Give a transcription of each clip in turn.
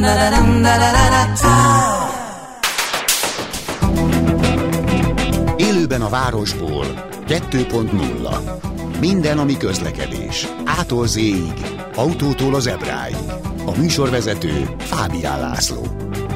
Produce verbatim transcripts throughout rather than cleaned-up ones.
Élőben a városból kettő pont nulla. Minden, ami közlekedés. Ától zéig, autótól az ebráig. A műsorvezető Fábián László.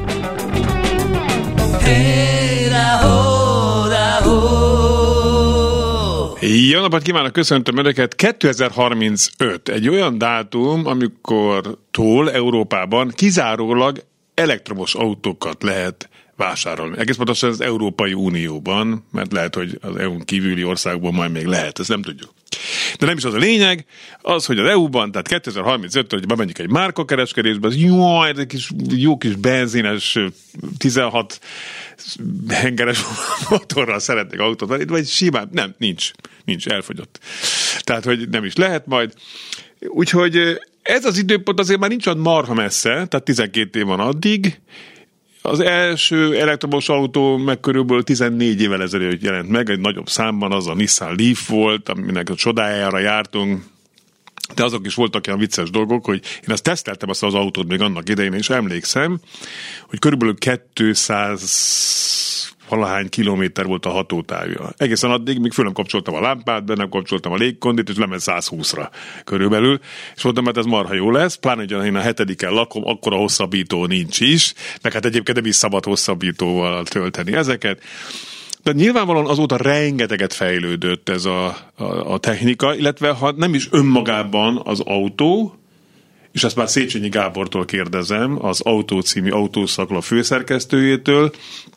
Jó napot kívánok, köszöntöm Önöket! kétezer-harmincöt egy olyan dátum, amikor tól Európában kizárólag elektromos autókat lehet vásárolni. Egész pontosan az Európai Unióban, mert lehet, hogy az é u-n kívüli országban majd még lehet, ezt nem tudjuk. De nem is az a lényeg, az, hogy az é u-ban, tehát kétezer-harmincöttől, hogy bemegyünk egy márkakereskedésbe, az jó, egy kis, jó kis benzines, tizenhat hengeres motorral szeretnék autót venni, vagy simán, nem, nincs, nincs, elfogyott. Tehát, hogy nem is lehet majd. Úgyhogy ez az időpont azért már nincs olyan marha messze, tehát tizenkét év van addig. Az első elektromos autó meg körülbelül tizennégy évvel ezelőtt jelent meg, egy nagyobb számban, az a Nissan Leaf volt, aminek a csodájára jártunk, de azok is voltak olyan vicces dolgok, hogy én azt teszteltem azt az autót még annak idején, és emlékszem, hogy körülbelül kétszáz valahány kilométer volt a hatótávja. Egészen addig, míg föl nem kapcsoltam a lámpát, be nem kapcsoltam a légkondit, és lement száz húszra körülbelül. És mondtam, hát ez marha jó lesz, pláne, hogy én a hetediken lakom, akkor a hosszabbító nincs is, meg hát egyébként nem is szabad hosszabbítóval tölteni ezeket. De nyilvánvalóan azóta rengeteget fejlődött ez a, a, a technika, illetve ha nem is önmagában az autó, és ezt már Széchenyi Gábortól kérdezem, az Autó című autószakla főszerkesztőjétől,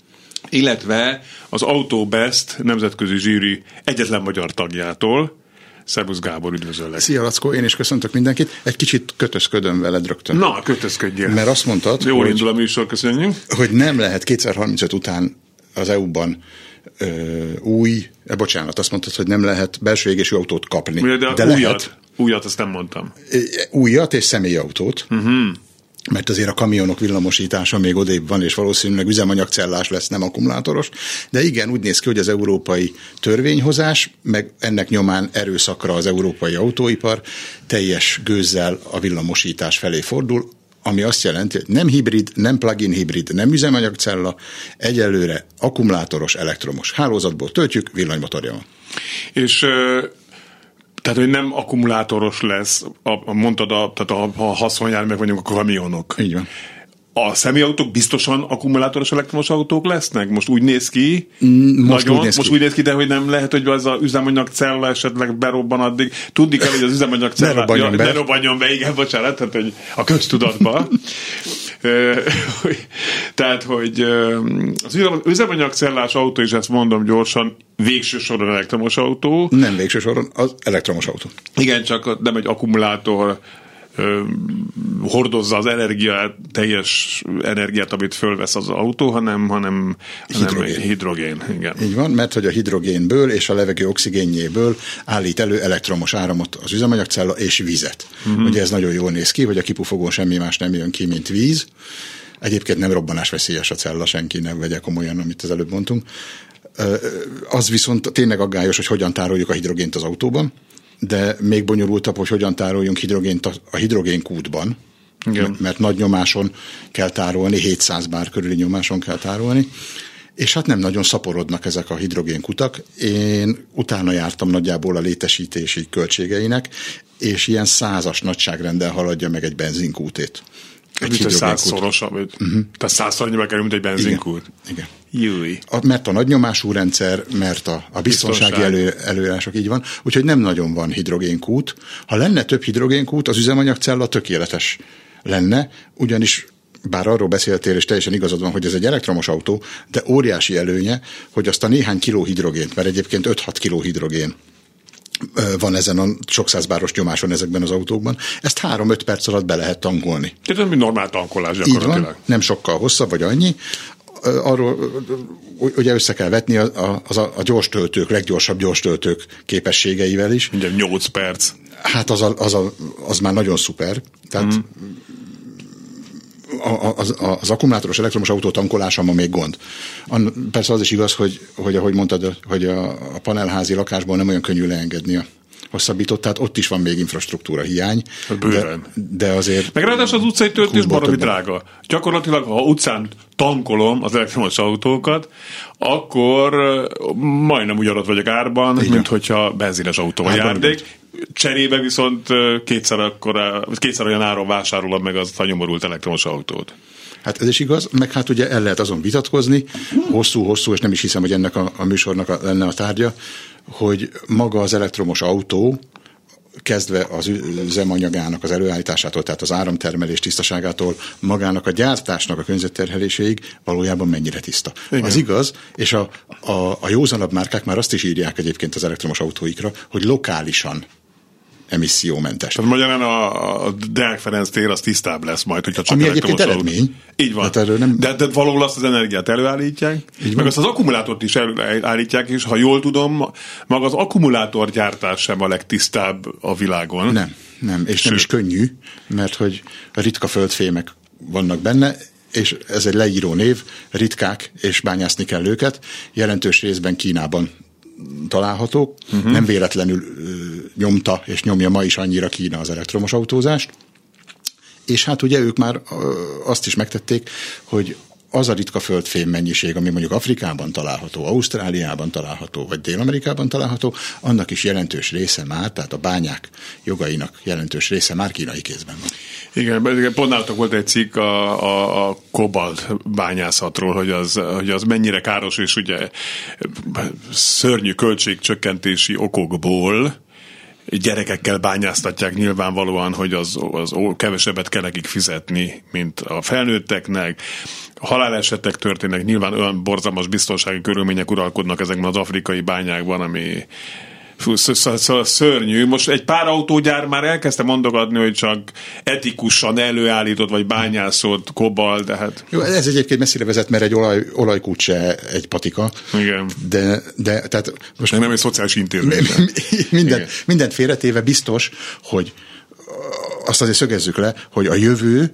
illetve az Autobest nemzetközi zsűri egyetlen magyar tagjától. Szervusz Gábor, üdvözöllek. Szia Lackó, én is köszöntök mindenkit. Egy kicsit kötözködöm veled rögtön. Na, kötözködjél. Mert azt mondtad, jól hogy, indul a műsor, köszönjük. Hogy nem lehet kétezer-harmincöt után az é u-ban ö, új, eh, bocsánat, azt mondtad, hogy nem lehet belső égésű autót kapni. De, de újat, lehet, újat, azt nem mondtam. Újat és személyautót. Uh-huh. Mert azért a kamionok villamosítása még odébb van, és valószínűleg üzemanyagcellás lesz, nem akkumulátoros. De igen, úgy néz ki, hogy az európai törvényhozás, meg ennek nyomán erőszakra az európai autóipar teljes gőzzel a villamosítás felé fordul, ami azt jelenti, hogy nem hibrid, nem plug-in hibrid, nem üzemanyagcella, egyelőre akkumulátoros, elektromos hálózatból töltjük, villanymotorja van. És... Tehát, hogy nem akkumulátoros lesz, a, a, mondtad, a, tehát a, a haszonjár, meg vagyunk a kamionok. Így van. A személyautók biztosan akkumulátoros elektromos autók lesznek? Most úgy néz ki? Most, nagyon, úgy, néz most ki. úgy néz ki, de hogy nem lehet, hogy az a üzemanyagcella esetleg berobban addig. Tudni kell, hogy az üzemanyagcella... ne robbanjon ja, be. Ne robbanjon be, igen, bocsánat, tehát, hogy a köztudatba. Tehát, hogy az üzemanyagcellás autó, és ezt mondom gyorsan, végső soron elektromos autó. Nem végső soron, az elektromos autó. Igen, csak nem egy akkumulátor ö, hordozza az energiát, teljes energiát, amit fölvesz az autó, hanem, hanem, hidrogén. hanem hidrogén. Igen. Így van, mert hogy a hidrogénből és a levegő oxigénjéből állít elő elektromos áramot az üzemanyagcella és vizet. Uh-huh. Ugye ez nagyon jól néz ki, hogy a kipufogón semmi más nem jön ki, mint víz. Egyébként nem robbanásveszélyes a cella, senki nem vegye komolyan, amit az előbb mondtunk. Az viszont tényleg aggályos, hogy hogyan tároljuk a hidrogént az autóban, de még bonyolultabb, hogy hogyan tároljunk hidrogént a hidrogénkútban, igen. Mert nagy nyomáson kell tárolni, hétszáz bár körüli nyomáson kell tárolni, és hát nem nagyon szaporodnak ezek a hidrogénkutak. Én utána jártam nagyjából a létesítési költségeinek, és ilyen százas nagyságrendel haladja meg egy benzinkútét. Egy százszorosabb, uh-huh. Tehát százszor annyiba kerül, mint egy benzinkút. Igen. Júj. A, mert a nagynyomású rendszer, mert a, a biztonsági Biztonság. elő, előírások így van, úgyhogy nem nagyon van hidrogénkút. Ha lenne több hidrogénkút, az üzemanyagcella tökéletes lenne, ugyanis bár arról beszéltél, és teljesen igazad van, hogy ez egy elektromos autó, de óriási előnye, hogy azt a néhány kiló hidrogént, mert egyébként öt-hat kiló hidrogén van ezen a sok százbáros nyomáson ezekben az autókban, ezt három-öt perc alatt be lehet tankolni. Tehát ez normál tankolás gyakorlatilag. Így van, nem sokkal hosszabb, vagy annyi. Arról ugye össze kell vetni a, a, a gyors töltők, leggyorsabb gyors töltők képességeivel is. Ugye nyolc perc. Hát az, a, az, a, az már nagyon szuper. Tehát mm. az, az akkumulátoros elektromos autó tankolása ma még gond. Persze az is igaz, hogy, hogy ahogy mondtad, hogy a, a panelházi lakásból nem olyan könnyű leengedni a hosszabbított, tehát ott is van még infrastruktúra hiány. De, de azért... Meg ráadásul az utcai töltés baromi drága. Gyakorlatilag, ha utcán tankolom az elektromos autókat, akkor majdnem ugyanott vagyok árban, igen, mint hogyha benzines autóval járnék. Cserébe viszont kétszer, akkora, kétszer olyan áron vásárolom meg azt a nyomorult elektromos autót. Hát ez is igaz, meg hát ugye el lehet azon vitatkozni, hosszú-hosszú, és nem is hiszem, hogy ennek a, a műsornak a, lenne a tárgya, hogy maga az elektromos autó, kezdve az üzemanyagának az előállításától, tehát az áramtermelés tisztaságától, magának a gyártásnak a környezetterheléséig valójában mennyire tiszta. Igen. Az igaz, és a, a, a józanabb márkák már azt is írják egyébként az elektromos autóikra, hogy lokálisan emissziómentes. Tehát magyarán a, a Deák Ferenc tér az tisztább lesz majd, hogyha csak ami egyébként eredmény. Így van. Hát nem... De, de valahol azt az energiát előállítják, így meg van. Azt az akkumulátort is előállítják, és ha jól tudom, maga az akkumulátorgyártás sem a legtisztább a világon. Nem, nem, és Sőt. nem is könnyű, mert hogy a ritka földfémek vannak benne, és ez egy leíró név, ritkák, és bányászni kell őket, jelentős részben Kínában találhatók. Uh-huh. Nem véletlenül ö, nyomta és nyomja ma is annyira Kína az elektromos autózást. És hát ugye ők már ö, azt is megtették, hogy az a ritka földfém mennyiség, ami mondjuk Afrikában található, Ausztráliában található, vagy Dél-Amerikában található, annak is jelentős része már, tehát a bányák jogainak jelentős része már kínai kézben van. Igen, pont nálatok volt egy cikk a, a, a kobalt bányászatról, hogy az, hogy az mennyire káros, és ugye szörnyű költségcsökkentési okokból gyerekekkel bányáztatják nyilvánvalóan, hogy az, az kevesebbet kell nekik fizetni, mint a felnőtteknek. Halálesetek történnek, nyilván olyan borzalmas biztonsági körülmények uralkodnak ezekben az afrikai bányákban, ami fú, szörnyű. Most egy pár autógyár már elkezdte mondogatni, hogy csak etikusan előállított vagy bányászott kobalt, de hát... Jó, ez egyébként messzire vezet, mert egy olaj, olajkút se egy patika. Igen. De, de tehát... Most nem egy szociális intézmény. Minden, mindent félretéve biztos, hogy azt azért szögezzük le, hogy a jövő,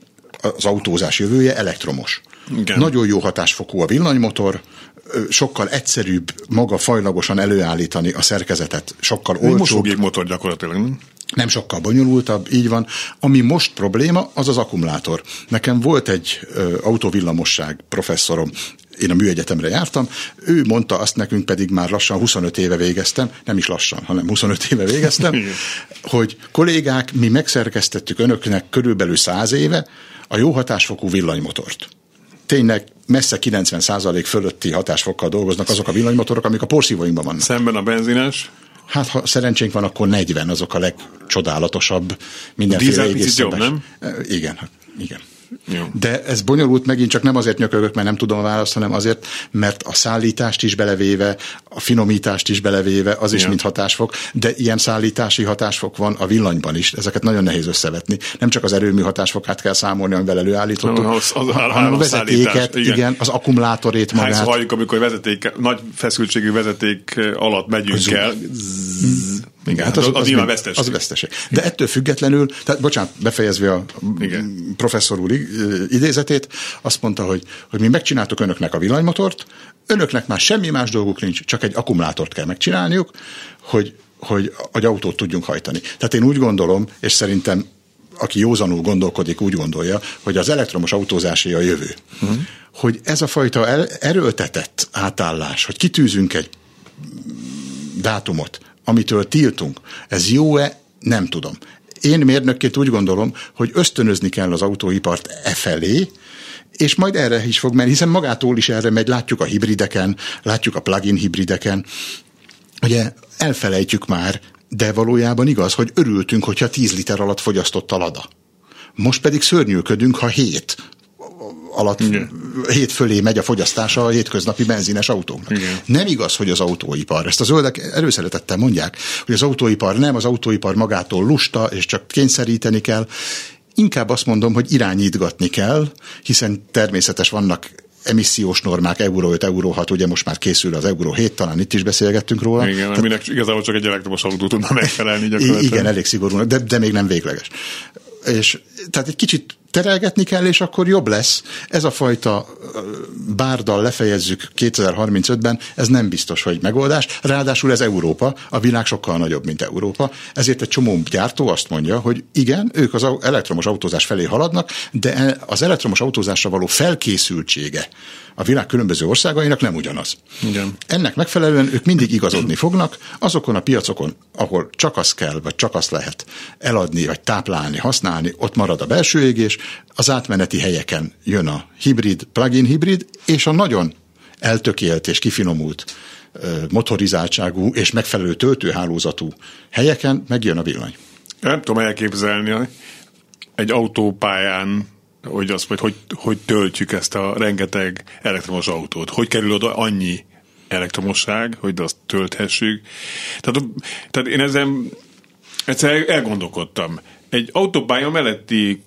az autózás jövője elektromos. Igen. Nagyon jó hatásfokú a villanymotor, sokkal egyszerűbb maga fajlagosan előállítani a szerkezetet, sokkal olcsóbb. Mosógépmotor gyakorlatilag. Nem sokkal bonyolultabb, így van. Ami most probléma, az az akkumulátor. Nekem volt egy ö, autóvillamosság professzorom, én a műegyetemre jártam, ő mondta azt nekünk, pedig már lassan huszonöt éve végeztem, nem is lassan, hanem huszonöt éve végeztem, hogy kollégák, mi megszerkesztettük önöknek körülbelül száz éve a jó hatásfokú villanymotort. Tényleg messze kilencven százalék fölötti hatásfokkal dolgoznak azok a villanymotorok, amik a porszívóinkban vannak. Szemben a benzines? Hát, ha szerencsénk van, akkor negyven, azok a legcsodálatosabb, mindenféle egészszabás. Nem? Igen, igen. Jó. De ez bonyolult, megint csak nem azért nyökögök, mert nem tudom a választ, hanem azért, mert a szállítást is belevéve, a finomítást is belevéve, az is igen, mint hatásfok, de ilyen szállítási hatásfok van a villanyban is, ezeket nagyon nehéz összevetni. Nem csak az erőmű hatásfokát kell számolni, amivel előállítottuk, az, az, az, hanem a vezetéket, igen. igen, az akkumulátorét magát. Hányszor halljuk, amikor vezeték, nagy feszültségű vezeték alatt megyünk Zug. el, zzz, igen, hát az, az, az, az, veszteség. az veszteség. De ettől függetlenül, tehát bocsánat, befejezve a igen. professzor úr idézetét, azt mondta, hogy, hogy mi megcsináltuk önöknek a villanymotort, önöknek már semmi más dolguk nincs, csak egy akkumulátort kell megcsinálniuk, hogy, hogy egy autót tudjunk hajtani. Tehát én úgy gondolom, és szerintem aki józanul gondolkodik, úgy gondolja, hogy az elektromos autózásé a jövő. Uh-huh. Hogy ez a fajta el, erőltetett átállás, hogy kitűzünk egy dátumot, amitől tiltunk, ez jó-e? Nem tudom. Én mérnökként úgy gondolom, hogy ösztönözni kell az autóipart e felé, és majd erre is fog menni, hiszen magától is erre megy, látjuk a hibrideken, látjuk a plug-in hibrideken. Ugye elfelejtjük már, de valójában igaz, hogy örültünk, hogyha tíz liter alatt fogyasztott a Lada. Most pedig szörnyűködünk, ha hét alatt, igen, hét fölé megy a fogyasztása a hétköznapi benzines autóknak. Igen. Nem igaz, hogy az autóipar, ezt a zöldek erőszeretettel mondják, hogy az autóipar nem, az autóipar magától lusta, és csak kényszeríteni kell. Inkább azt mondom, hogy irányítgatni kell, hiszen természetes vannak emissziós normák, euró öt, euró hat, ugye most már készül az euró hét, talán itt is beszélgettünk róla. Igen, tehát, aminek igazából csak egy elektromos autó tudna megfelelni gyakorlatilag. Igen, elég szigorúnak, de, de még nem végleges. És tehát egy kicsit terelgetni kell, és akkor jobb lesz. Ez a fajta bárdal lefejezzük kétezer-harmincötben, ez nem biztos, hogy megoldás. Ráadásul ez Európa, a világ sokkal nagyobb, mint Európa. Ezért egy csomó gyártó azt mondja, hogy igen, ők az elektromos autózás felé haladnak, de az elektromos autózásra való felkészültsége a világ különböző országainak nem ugyanaz. Igen. Ennek megfelelően ők mindig igazodni fognak, azokon a piacokon, ahol csak azt kell, vagy csak azt lehet eladni, vagy táplálni, használni, ott marad a belső égés, az átmeneti helyeken jön a hibrid, plug-in hibrid, és a nagyon eltökélt és kifinomult motorizáltságú és megfelelő töltőhálózatú helyeken megjön a villany. Nem tudom elképzelni egy autópályán, hogy azt hogy, hogy, hogy töltjük ezt a rengeteg elektromos autót. Hogy kerül oda annyi elektromosság, hogy azt tölthessük. Tehát, tehát én ezen egyszer elgondolkodtam. Egy autópálya melletti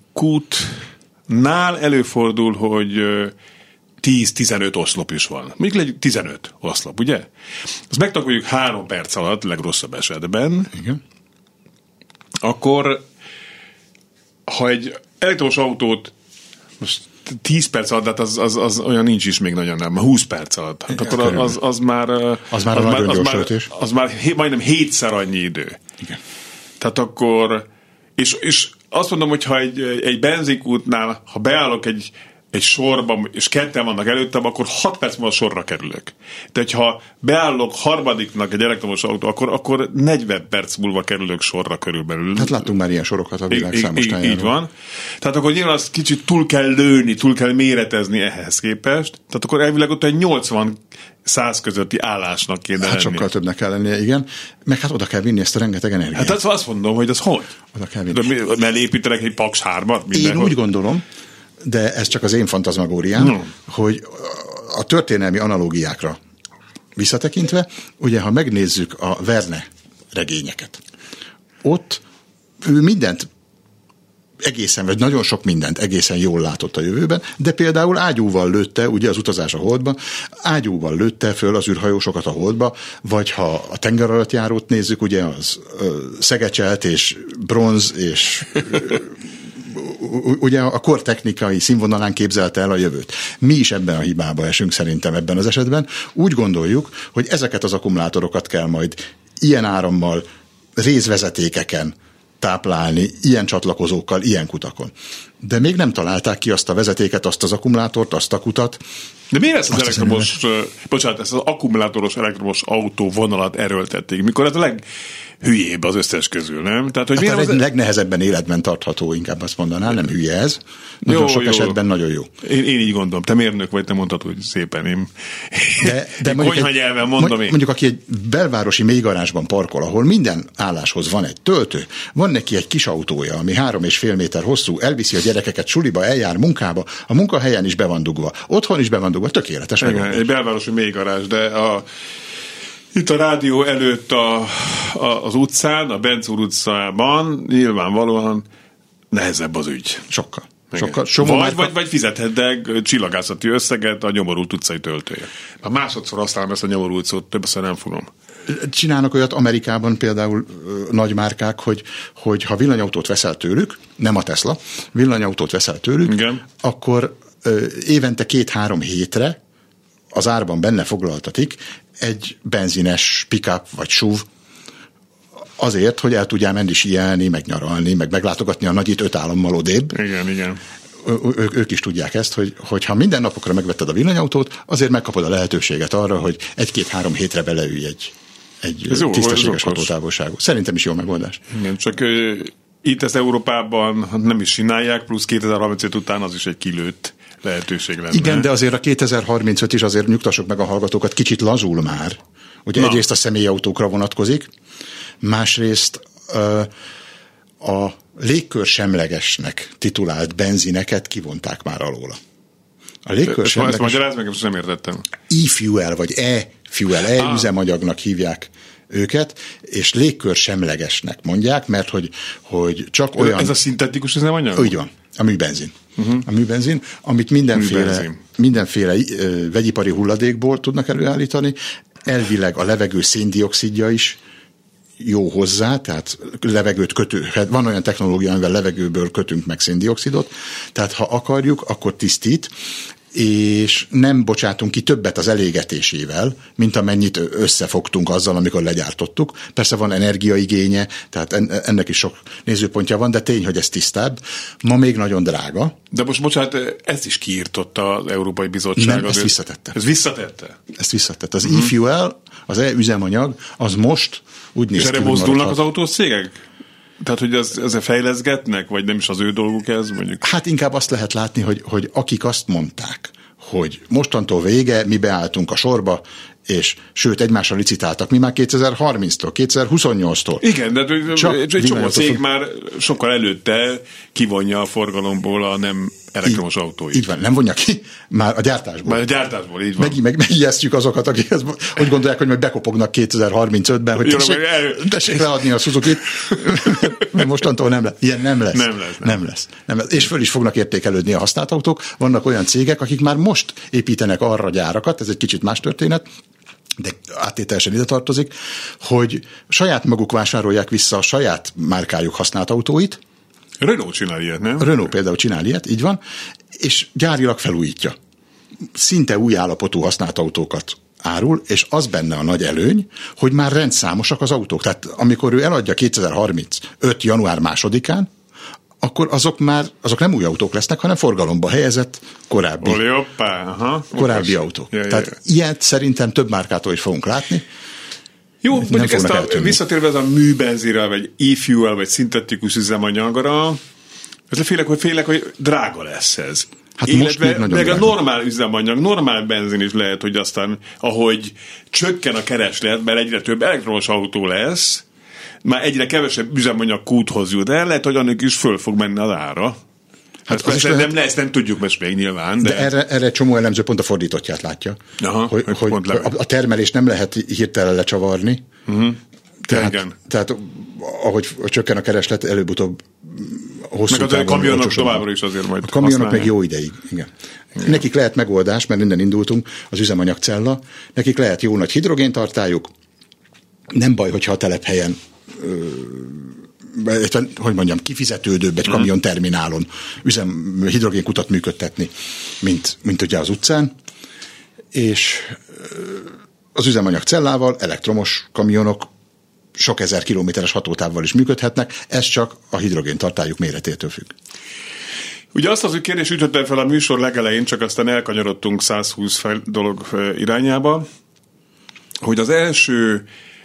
kútnál előfordul, hogy tíz-tizenöt oszlop is van. Mondjuk legyen tizenöt oszlop, ugye? Azt megtakarjuk három perc alatt, legrosszabb esetben. Igen. Akkor, ha egy elektromos autót most tíz perc alatt, hát az, az, az olyan nincs is még nagyon, nem, húsz perc alatt. Hát akkor az, az, az már az már, az már, az már, már, az már hé, majdnem hétszer annyi idő. Igen. Tehát akkor, és, és azt mondom, hogy ha egy, egy benzinkútnál, ha beállok egy egy sorban, és ketten vannak előttem, akkor hat perc múlva sorra kerülök. De ha beállok harmadiknak egy elektromos autó, akkor, akkor negyven perc múlva kerülök sorra körülbelül. Hát láttunk már ilyen sorokat a világ számos tájáról. Így van. Tehát akkor nyilván azt kicsit túl kell lőni, túl kell méretezni ehhez képest. Tehát akkor elvileg ott egy nyolcvan-száz közötti állásnak kéne hát lenni. sokkal többnek kell lennie, igen. Meg hát oda kell vinni ezt a rengeteg energiát. Hát azt mondom, hogy az hogy? Oda kell vinni. Mert építenek egy Paks hármat? Én úgy gondolom, de ez csak az én fantazmagóriám, no. hogy a történelmi analógiákra visszatekintve, ugye, ha megnézzük a Verne regényeket, ott ő mindent egészen, vagy nagyon sok mindent egészen jól látott a jövőben, de például ágyúval lőtte, ugye az utazás a Holdba, ágyúval lőtte föl az űrhajósokat a Holdba, vagy ha a tengeralattjárót nézzük, ugye az ö, szegecselt és bronz és ö, ugye a kor technikai színvonalán képzelte el a jövőt. Mi is ebben a hibába esünk szerintem ebben az esetben. Úgy gondoljuk, hogy ezeket az akkumulátorokat kell majd ilyen árammal, részvezetékeken táplálni, ilyen csatlakozókkal, ilyen kutakon. De még nem találták ki azt a vezetéket, azt az akkumulátort, azt a kutat. De miért ezt az azt elektromos, uh, bocsánat, ezt az akkumulátoros elektromos autó vonalat erőltették, mikor ez a leghülyébb az összes közül, nem? Tehát, hogy hát a az... legnehezebben életben tartható, inkább azt mondanám, nem hülye ez. Nagyon jó, sok jó. esetben nagyon jó. Én, én így gondolom. Te mérnök vagy, te mondtad, hogy szépen én, de, de én konyha nyelven mondom én. Mondjuk, aki egy belvárosi mélygarázsban parkol, ahol minden álláshoz van egy töltő, van neki egy kis autója, ami három és fél méter hosszú, elviszi a gyerekeket suliba, eljár munkába, a munkahelyen is be van dugva, otthon is be van dugva, tökéletes. Igen, egy belvárosi mélygarázs, de a itt a rádió előtt a, a, az utcán, a Bencúr utcában nyilvánvalóan nehezebb az ügy. Sokkal. Sokkal. Vagy, márka... vagy, vagy fizethetnek csillagászati összeget a nyomorult utcai töltője. A másodszor használom ezt a nyomorult szót, többször nem fogom. Csinálnak olyat Amerikában például ö, nagy márkák, hogy, hogy ha villanyautót veszel tőlük, nem a Tesla, villanyautót veszel tőlük, igen. akkor ö, évente két-három hétre az árban benne foglaltatik egy benzines pick-up vagy es u vé azért, hogy el tudjál menni síelni, meg nyaralni, meg meglátogatni a nagyit öt állammal odébb. Igen, igen. Ő, ők is tudják ezt, hogy, hogy ha minden napokra megvetted a villanyautót, azért megkapod a lehetőséget arra, hogy egy-két-három hétre beleülj egy, egy jó, tisztességes hatótávolságú. Szerintem is jó megoldás. Igen, csak uh, itt ezt Európában nem is csinálják, plusz kétezer-harmincöt után az is egy kilőtt lehetőség lenne. Igen, de azért a kétezer-harmincöt is azért nyugtassuk meg a hallgatókat, kicsit lazul már. Ugye Na. egyrészt a személyautókra vonatkozik, másrészt uh, a légkörsemlegesnek titulált benzineket kivonták már alóla. A légkörsemleges... Ezt magyarázd meg, most nem értettem. E-fuel, vagy e-fuel, e-üzemanyagnak hívják őket, és légkörsemlegesnek mondják, mert hogy, hogy csak olyan... Ez a szintetikus üzemanyag? Úgy van, a műbenzin. Uh-huh. A műbenzin, amit mindenféle, műbenzin. mindenféle uh, vegyipari hulladékból tudnak előállítani, elvileg a levegő széndioxidja is jó hozzá, tehát levegőt kötő, van olyan technológia, amivel levegőből kötünk meg széndioxidot, tehát ha akarjuk, akkor tisztít, és nem bocsátunk ki többet az elégetésével, mint amennyit összefogtunk azzal, amikor legyártottuk. Persze van energiaigénye, tehát ennek is sok nézőpontja van, de tény, hogy ez tisztább. Ma még nagyon drága. De most, bocsánat, ezt is kiírtotta az Európai Bizottság. Nem, ezt visszatette. Ez visszatette? Ezt visszatette. Az uh-huh. e-fuel, az e-üzemanyag, az most úgy néz és ki, erre mozdulnak az autós cégek? Tehát, hogy ez, ezzel fejleszgetnek, vagy nem is az ő dolguk ez, mondjuk? Hát inkább azt lehet látni, hogy, hogy akik azt mondták, hogy mostantól vége, mi beálltunk a sorba, és sőt, egymással licitáltak, mi már kétezer-harminctól, kétezer-huszonnyolctól. Igen, de egy csomó cég fog... már sokkal előtte kivonja a forgalomból a nem elektromos autóit. Így van, nem vonja ki, már a gyártásból. Már a gyártásból, így van. Meg, meg, megijesztjük azokat, akik úgy gondolják, hogy majd bekopognak kétezer-harmincötben, hogy tessék, tessék leadni a Suzukit, mert mostantól nem lesz. Ilyen nem lesz. Nem lesz. Nem. Nem lesz. Nem lesz. És föl is fognak értékelődni a használt autók. Vannak olyan cégek, akik már most építenek arra gyárakat, ez egy kicsit más történet, de áttételesen ide tartozik, hogy saját maguk vásárolják vissza a saját márkájuk használt autóit. Renault csinál ilyet, nem? Renault például csinál ilyet, így van, és gyárilag felújítja. Szinte új állapotú használt autókat árul, és az benne a nagy előny, hogy már rendszámosak az autók. Tehát amikor ő eladja kétezer-harmincöt. január másodikán, akkor azok már, azok nem új autók lesznek, hanem forgalomba helyezett korábbi, Olyoppá, aha, korábbi autók. Ja, Tehát ja. ilyet szerintem több márkától is fogunk látni. Jó, mondjuk ezt a, visszatérve ez a műbenzinre, vagy e-fuel, vagy szintetikus üzemanyagra, ez félek, hogy félek, hogy drága lesz ez. Hát most még nagyon meg drága. A normál üzemanyag, normál benzin is lehet, hogy aztán, ahogy csökken a kereslet, mert egyre több elektromos autó lesz, már egyre kevesebb üzemanyag kúthoz jut el, lehet, hogy annak is föl fog menni az ára. Hát ez persze lehet, nem, ezt nem tudjuk most még nyilván. De, de erre, erre csomó elemző pont a fordítottját látja. Aha, hogy, hogy, hogy a termelést nem lehet hirtelen lecsavarni. Uh-huh. Tehát, igen. tehát ahogy csökken a kereslet, előbb-utóbb hosszú meg távon. Meg a kamionok továbbra is azért majd A kamionok használni. meg jó ideig. Igen. Igen. Nekik lehet megoldás, mert innen indultunk, az üzemanyagcella. Nekik lehet jó nagy hidrogéntartályuk. Nem baj, hogyha a telephelyen hogy mondjam, kifizetődőbb egy kamionterminálon üzem, hidrogénkutat működtetni, mint, mint ugye az utcán, és az üzemanyagcellával elektromos kamionok sok ezer kilométeres hatótávval is működhetnek, ez csak a hidrogéntartályuk méretétől függ. Ugye azt az, hogy kérdés ütöttem fel a műsor legelején, csak aztán elkanyarodtunk százhúsz dolog irányába, hogy az első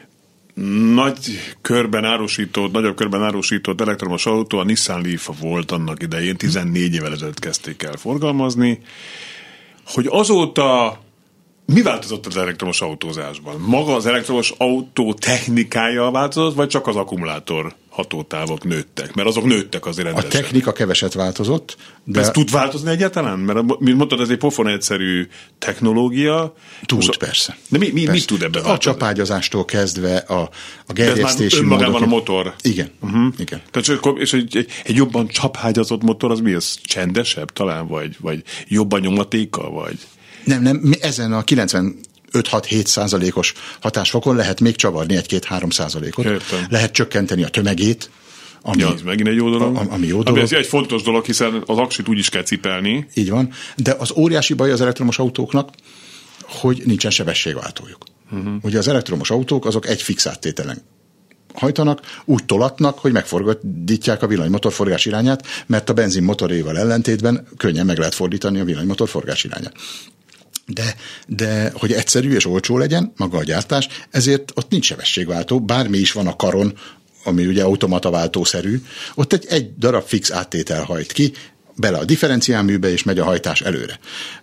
nagy körben árusított, nagyobb körben árusított elektromos autó a Nissan Leaf volt annak idején, tizennégy évvel ezelőtt kezdték el forgalmazni, hogy azóta mi változott az elektromos autózásban? Maga az elektromos autó technikája változott, vagy csak az akkumulátor hatótávok nőttek? Mert azok nőttek azért rendesen. A technika keveset változott. De ez tud változni egyáltalán? Mert mint mondtad, ez egy pofon egyszerű technológia. Tud, Most, persze. De mi, mi, persze. mit tud ebben változni? A csapágyazástól kezdve a, a gerjesztési módok. Ez már van a motor. Igen. Uh-huh. Igen. Tehát, és egy, egy, egy jobban csapágyazott motor, az mi? Ez csendesebb talán? Vagy, vagy jobban nyomatéka? Vagy... Nem, nem, ezen a kilencvenöt-hat-hét százalékos hatásfokon lehet még csavarni egy-két-három százalékot. Értem. Lehet csökkenteni a tömegét. Ami, ja, ez megint egy jó dolog. Ami, ami jó dolog. Ami ez egy fontos dolog, hiszen az aksit úgy is kell cipelni. Így van. De az óriási baj az elektromos autóknak, hogy nincsen sebességváltójuk. Uh-huh. Ugye az elektromos autók azok egy fix áttételen hajtanak, úgy tolatnak, hogy megfordítják a villanymotor forgás irányát, mert a benzin motoréval ellentétben könnyen meg lehet fordítani a villanymotor forgás irányát. De, de hogy egyszerű és olcsó legyen maga a gyártás, ezért ott nincs sebességváltó, bármi is van a karon, ami ugye automataváltószerű, ott egy, egy darab fix áttétel hajt ki, bele a differenciálműbe, és megy a hajtás előre.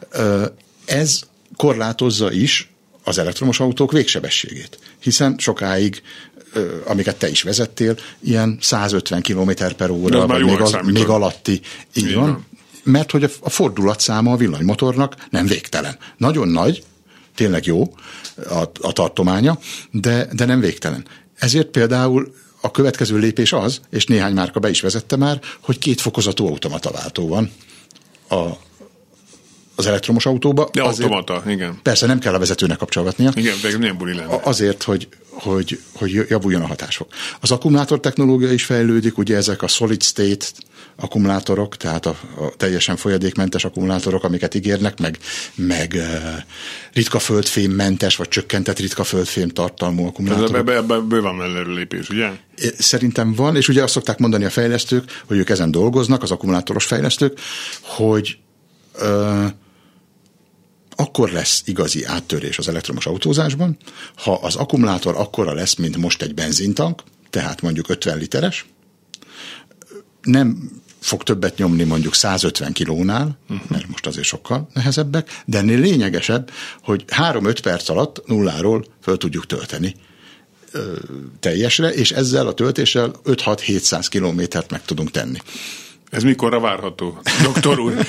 Ez korlátozza is az elektromos autók végsebességét, hiszen sokáig, amiket te is vezettél, ilyen százötven kilométer per óra, vagy még, az, még alatti, így, így van. van. Mert hogy a fordulatszáma a villanymotornak nem végtelen. Nagyon nagy, tényleg jó a, a tartománya, de, de nem végtelen. Ezért például a következő lépés az, és néhány márka be is vezette már, hogy két fokozatú automataváltó van a az elektromos autóba. De azért, automata, igen. Persze nem kell a vezetőnek kapcsolgatnia. Igen, de milyen buli lenne. Azért, hogy, hogy, hogy javuljon a hatásfok. Az akkumulátor technológia is fejlődik, ugye ezek a solid state akkumulátorok, tehát a, a teljesen folyadékmentes akkumulátorok, amiket ígérnek, meg, meg uh, ritka földfémmentes, vagy csökkentett ritka földfém tartalmú akkumulátorok. Ebben ebbe, ebbe van előrelépés, ugye? Szerintem van, és ugye azt szokták mondani a fejlesztők, hogy ők ezen dolgoznak, az akkumulátoros fejlesztők, hogy uh, akkor lesz igazi áttörés az elektromos autózásban, ha az akkumulátor akkora lesz, mint most egy benzintank, tehát mondjuk ötven literes, nem fog többet nyomni mondjuk százötven kilónál, uh-huh. mert most azért sokkal nehezebbek, de ennél lényegesebb, hogy három-öt perc alatt nulláról föl tudjuk tölteni ö, teljesre, és ezzel a töltéssel öt-hat-hétszáz kilométert meg tudunk tenni. Ez mikorra várható, doktor úr?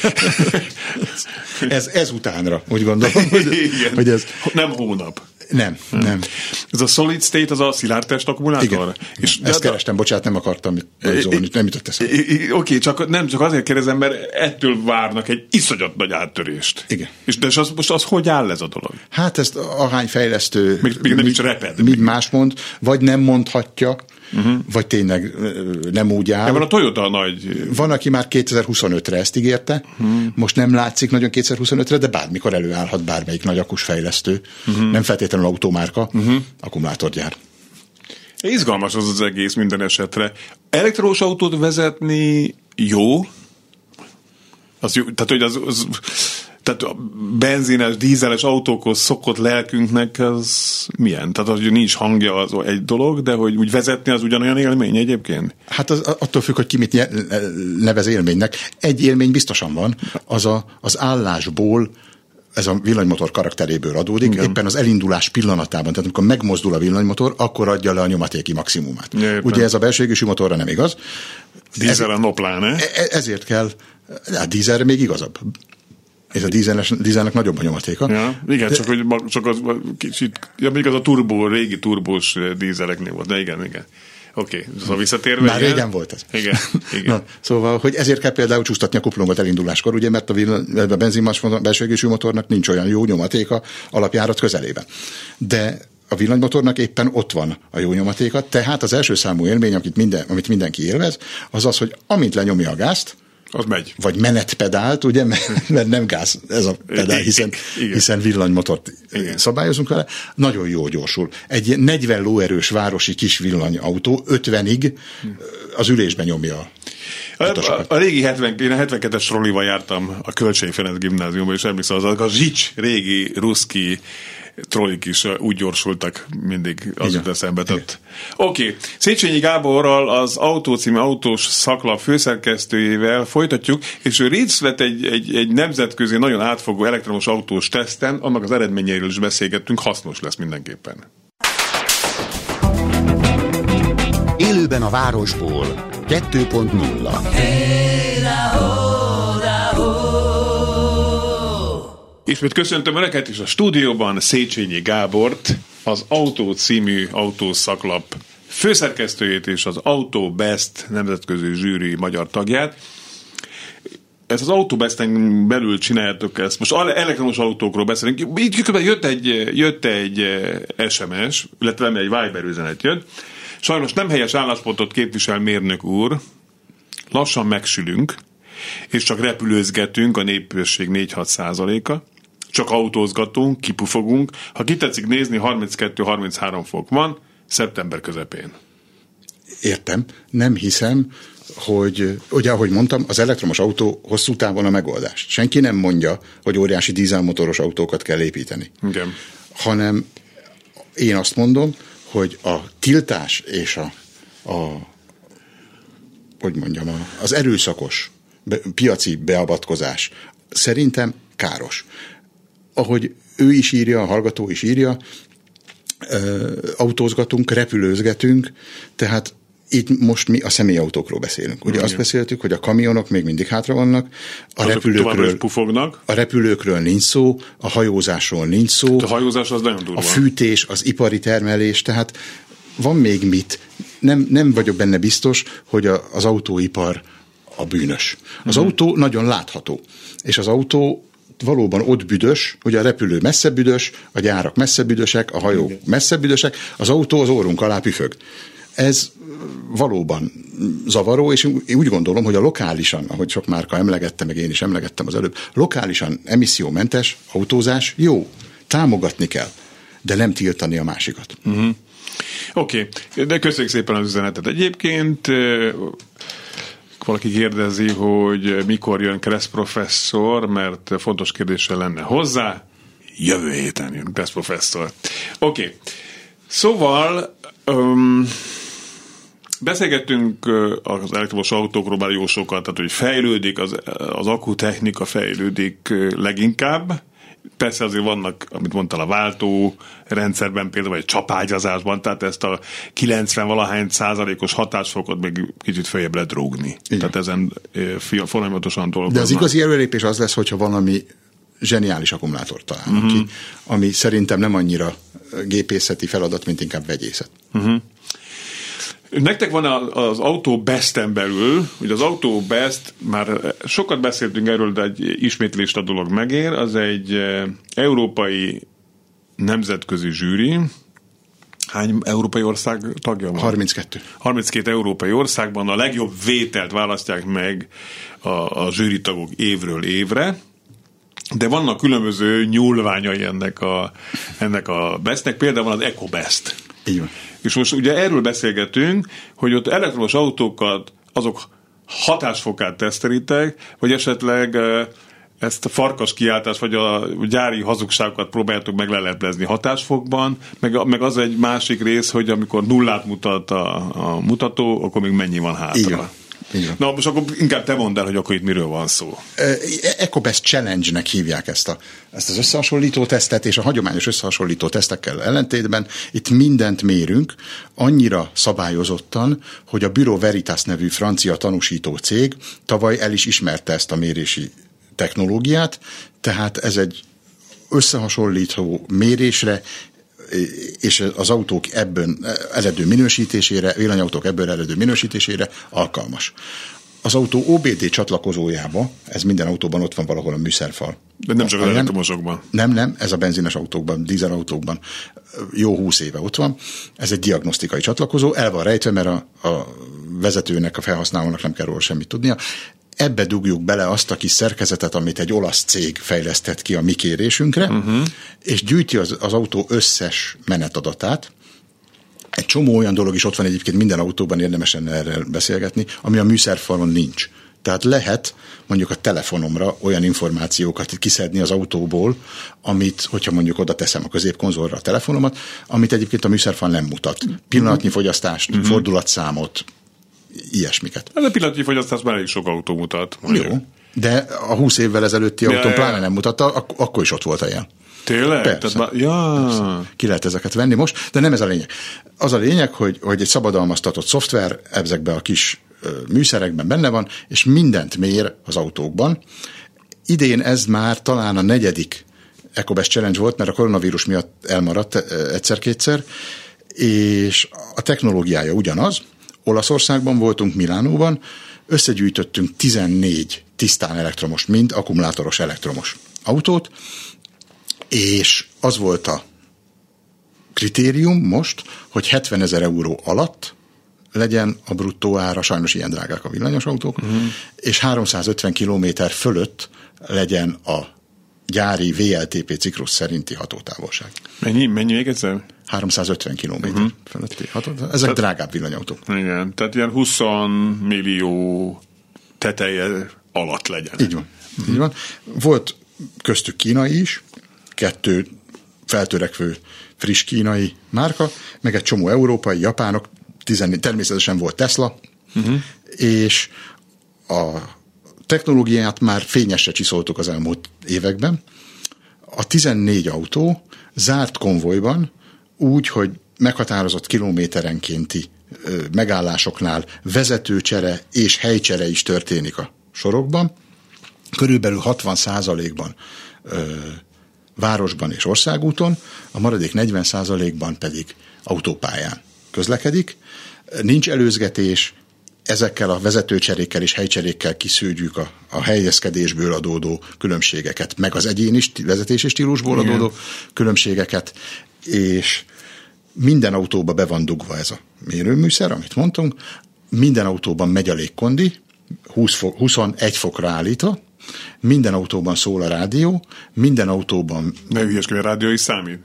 ez, ez utánra, úgy gondolom, hogy, hogy ez... Nem hónap. Nem, nem, nem. Ez a solid state, az a szilárdtest akkumulátor? Igen. És ezt kerestem, bocsánat, nem akartam szólni, nem jutott eszembe. Oké, okay, csak nem csak azért kérdezem, mert ettől várnak egy iszonyat nagy áttörést. Igen. És de az, most az hogy áll ez a dolog? Hát ezt ahány fejlesztő még, még nem is reped. Mind más mond, vagy nem mondhatja, uh-huh. vagy tényleg nem úgy áll. De van a Toyota nagy... Van, aki már kétezer-huszonötre ezt ígérte, uh-huh. most nem látszik nagyon kétezer-huszonötre, de bármikor előállhat bármelyik nagy akus fejlesztő. Uh-huh. Nem feltétlenül automárka, uh-huh. akkumulátorgyár. Izgalmas az az egész minden esetre. Elektromos autót vezetni jó? Az jó, tehát, hogy az... az tehát a benzines, dízeles autókhoz szokott lelkünknek az milyen? Tehát az, hogy nincs hangja, az egy dolog, de hogy úgy vezetni az ugyanolyan élmény egyébként? Hát az, attól függ, hogy ki mit nevez élménynek. Egy élmény biztosan van, az a, az állásból, ez a villanymotor karakteréből adódik, igen. éppen az elindulás pillanatában, tehát amikor megmozdul a villanymotor, akkor adja le a nyomatéki maximumát. Ja, ugye ez a belső égésű motorra nem igaz. Dízelre nopláne. Ezért kell, hát dízelre még igazabb. Ez a dízelnek nagyobb a nyomatéka. Ja, igen, de, csak, hogy csak az kicsit, ja, még az a turbó, régi turbós dízeleknél volt, de igen, igen. Oké, okay. Szóval visszatérve. Már igen. régen volt ez. Igen, igen. Na, szóval, hogy ezért kell például csúsztatni a kuplungot elinduláskor, ugye, mert a, villan, a benzinmas belső égésű motornak nincs olyan jó nyomatéka alapjárat közelében. De a villanymotornak éppen ott van a jó nyomatéka, tehát az első számú élmény, amit, minden, amit mindenki élvez, az az, hogy amint lenyomja a gázt, az megy. Vagy menetpedált, ugye, mert nem gáz ez a pedál, hiszen, hiszen villanymotort igen. szabályozunk vele, nagyon jól gyorsul. Egy negyven lóerős városi kis villanyautó ötvenig az ülésben nyomja a A, a régi hetven, én a hetvenkettes trollival jártam a Kölcsei Ferenc gimnáziumban, és emlékszem, az a zsics régi ruszki trollik is úgy gyorsultak mindig, az jut eszembe. Oké. Okay. Széchenyi Gáborral, az Autó című autós szaklap főszerkesztőjével folytatjuk, és ő részt vett egy, egy, egy nemzetközi, nagyon átfogó elektromos autós teszten, annak az eredményeiről is beszélgettünk, hasznos lesz mindenképpen. Élőben a városból kettő pont nulla. Ismét köszöntöm Önöket is a stúdióban, Széchenyi Gábort, az Autó című autószaklap főszerkesztőjét és az Auto Best nemzetközi zsűri magyar tagját. Ezt az Auto Besten belül csináljátok ezt. Most elektromos autókról beszélünk. Így jött egy, jött egy es em es, illetve egy Viber üzenet jött. Sajnos nem helyes álláspontot képvisel mérnök úr. Lassan megsülünk, és csak repülőzgetünk, a népesség négy-hat százaléka. Csak autózgatunk, kipufogunk. Ha kitetszik nézni, harminckettő-harminchárom fok van, szeptember közepén. Értem, nem hiszem, hogy, ugye ahogy mondtam, az elektromos autó hosszú távon a megoldás. Senki nem mondja, hogy óriási dízelmotoros autókat kell építeni. Igen. Hanem én azt mondom, hogy a tiltás és a, a hogy mondjam, a, az erőszakos be, piaci beavatkozás szerintem káros. Ahogy ő is írja, a hallgató is írja, ö, autózgatunk, repülőzgetünk, tehát itt most mi a személyautókról beszélünk. Ugye igen. Azt beszéltük, hogy a kamionok még mindig hátra vannak, a repülőkről, a repülőkről nincs szó, a hajózásról nincs szó. A hajózás az nagyon durva. A fűtés, az ipari termelés, tehát van még mit. Nem, nem vagyok benne biztos, hogy a, az autóipar a bűnös. Az uh-huh. autó nagyon látható, és az autó ott valóban ott büdös, ugye a repülő messze büdös, a gyárak messze büdösek, a hajók igen. messze büdösek, az autó az orrunk alá püfög. Ez valóban zavaró, és én úgy gondolom, hogy a lokálisan, ahogy sok márka emlegette, meg én is emlegettem az előbb, lokálisan emissziómentes autózás jó, támogatni kell, de nem tiltani a másikat. Uh-huh. Oké, okay. De köszönjük szépen az üzenetet. Egyébként valaki kérdezi, hogy mikor jön Kressz professzor, mert fontos kérdéssel lenne hozzá. Jövő héten jön Kressz professzor. Oké, okay. Szóval um, beszélgettünk az elektromos autókról már jó sokat, tehát hogy fejlődik, az, az akkutechnika fejlődik leginkább. Persze azért vannak, amit mondtál, a váltó rendszerben például, vagy csapágyazásban, tehát ezt a kilencven-valahány százalékos hatásfokot még kicsit feljebb lehet rúgni. Igen. Tehát ezen folyamatosan dolgoznak. De az igazi előrelépés az lesz, hogyha valami zseniális akkumulátort találunk uh-huh. ki, ami szerintem nem annyira gépészeti feladat, mint inkább vegyészet. Uh-huh. Nektek van az AutoBest-en belül, ugye az AutoBest, már sokat beszéltünk erről, de egy ismétlést a dolog megér, az egy európai nemzetközi zsűri. Hány európai ország tagja van? harminckettő. harminckét európai országban a legjobb vételt választják meg a, a zsűritagok évről évre, de vannak különböző nyúlványai ennek a, ennek a bestnek, például van az EcoBest. Így van. És most ugye erről beszélgetünk, hogy ott elektromos autókat, azok hatásfokát tesztelitek, vagy esetleg ezt a farkas kiáltást, vagy a gyári hazugságokat próbáljátok meg leleplezni hatásfokban, meg, meg az egy másik rész, hogy amikor nullát mutat a, a mutató, akkor még mennyi van hátra. Igen. Igen. Na, most akkor inkább te mondd el, hogy akkor itt miről van szó. EcoBest Challenge-nek hívják ezt, a, ezt az összehasonlító tesztet, és a hagyományos összehasonlító tesztekkel ellentétben itt mindent mérünk, annyira szabályozottan, hogy a Bureau Veritas nevű francia tanúsító cég tavaly el is ismerte ezt a mérési technológiát, tehát ez egy összehasonlító mérésre és az autók ebből eredő minősítésére, villanyautók ebből eredő minősítésére alkalmas. Az autó o bé dé csatlakozójába, ez minden autóban ott van valahol a műszerfal. De nem csak az elektromosokban. Nem, nem, ez a benzines autókban, dízelautókban jó húsz éve ott van. Ez egy diagnosztikai csatlakozó, el van rejtve, mert a, a vezetőnek, a felhasználónak nem kell róla semmit tudnia. Ebbe dugjuk bele azt a kis szerkezetet, amit egy olasz cég fejlesztett ki a mi kérésünkre, uh-huh. és gyűjti az, az autó összes menetadatát. Egy csomó olyan dolog is ott van egyébként, minden autóban érdemes lenne erről beszélgetni, ami a műszerfalon nincs. Tehát lehet mondjuk a telefonomra olyan információkat kiszedni az autóból, amit, hogyha mondjuk oda teszem a középkonzolra a telefonomat, amit egyébként a műszerfal nem mutat. Pillanatnyi fogyasztást, uh-huh. fordulatszámot, ilyesmiket. Ez a pillanatnyi fogyasztás már elég sok autó mutat. Jó, de a húsz évvel ezelőtti ja, autón ja, pláne nem mutatta, ak- akkor is ott volt a jel. Tényleg? Persze. Tehát, ja. Persze. Ki lehet ezeket venni most, de nem ez a lényeg. Az a lényeg, hogy, hogy egy szabadalmaztatott szoftver ezekben a kis ö, műszerekben benne van, és mindent mér az autókban. Idén ez már talán a negyedik EcoBest Challenge volt, mert a koronavírus miatt elmaradt egyszer-kétszer, és a technológiája ugyanaz. Olaszországban voltunk, Milánóban, összegyűjtöttünk tizennégy tisztán elektromos, mind akkumulátoros elektromos autót, és az volt a kritérium most, hogy hetvenezer euró alatt legyen a bruttó ára, sajnos ilyen drágák a villanyos autók, uh-huh. és háromszázötven kilométer fölött legyen a gyári vé el té pé ciklus szerinti hatótávolság. Mennyi, mennyi még egyszer? háromszázötven kilométer uh-huh. fölötti hatótávolság. Ezek tehát, drágább villanyautók. Igen, tehát ilyen húsz millió teteje alatt legyen. Így van. Uh-huh. Így van. Volt köztük kínai is, kettő feltörekvő friss kínai márka, meg egy csomó európai, japánok, tizennégy, természetesen volt Tesla, uh-huh. és a technológiát már fényesre csiszoltuk az elmúlt években. A tizennégy autó zárt konvojban úgy, hogy meghatározott kilométerenkénti ö, megállásoknál vezetőcsere és helycsere is történik a sorokban. Körülbelül hatvan százalékban ö, városban és országúton, a maradék negyven százalékban pedig autópályán közlekedik. Nincs előzgetés, ezekkel a vezetőcserékkel és helycserékkel kiszűrjük a, a helyezkedésből adódó különbségeket, meg az egyéni vezetési stílusból adódó Igen. különbségeket, és minden autóba be van dugva ez a mérőműszer, amit mondtunk, minden autóban megy a légkondi, húsz fok, huszonegy fokra állítva, minden autóban szól a rádió, minden autóban... Ne ügyeskedj, a rádió is számít?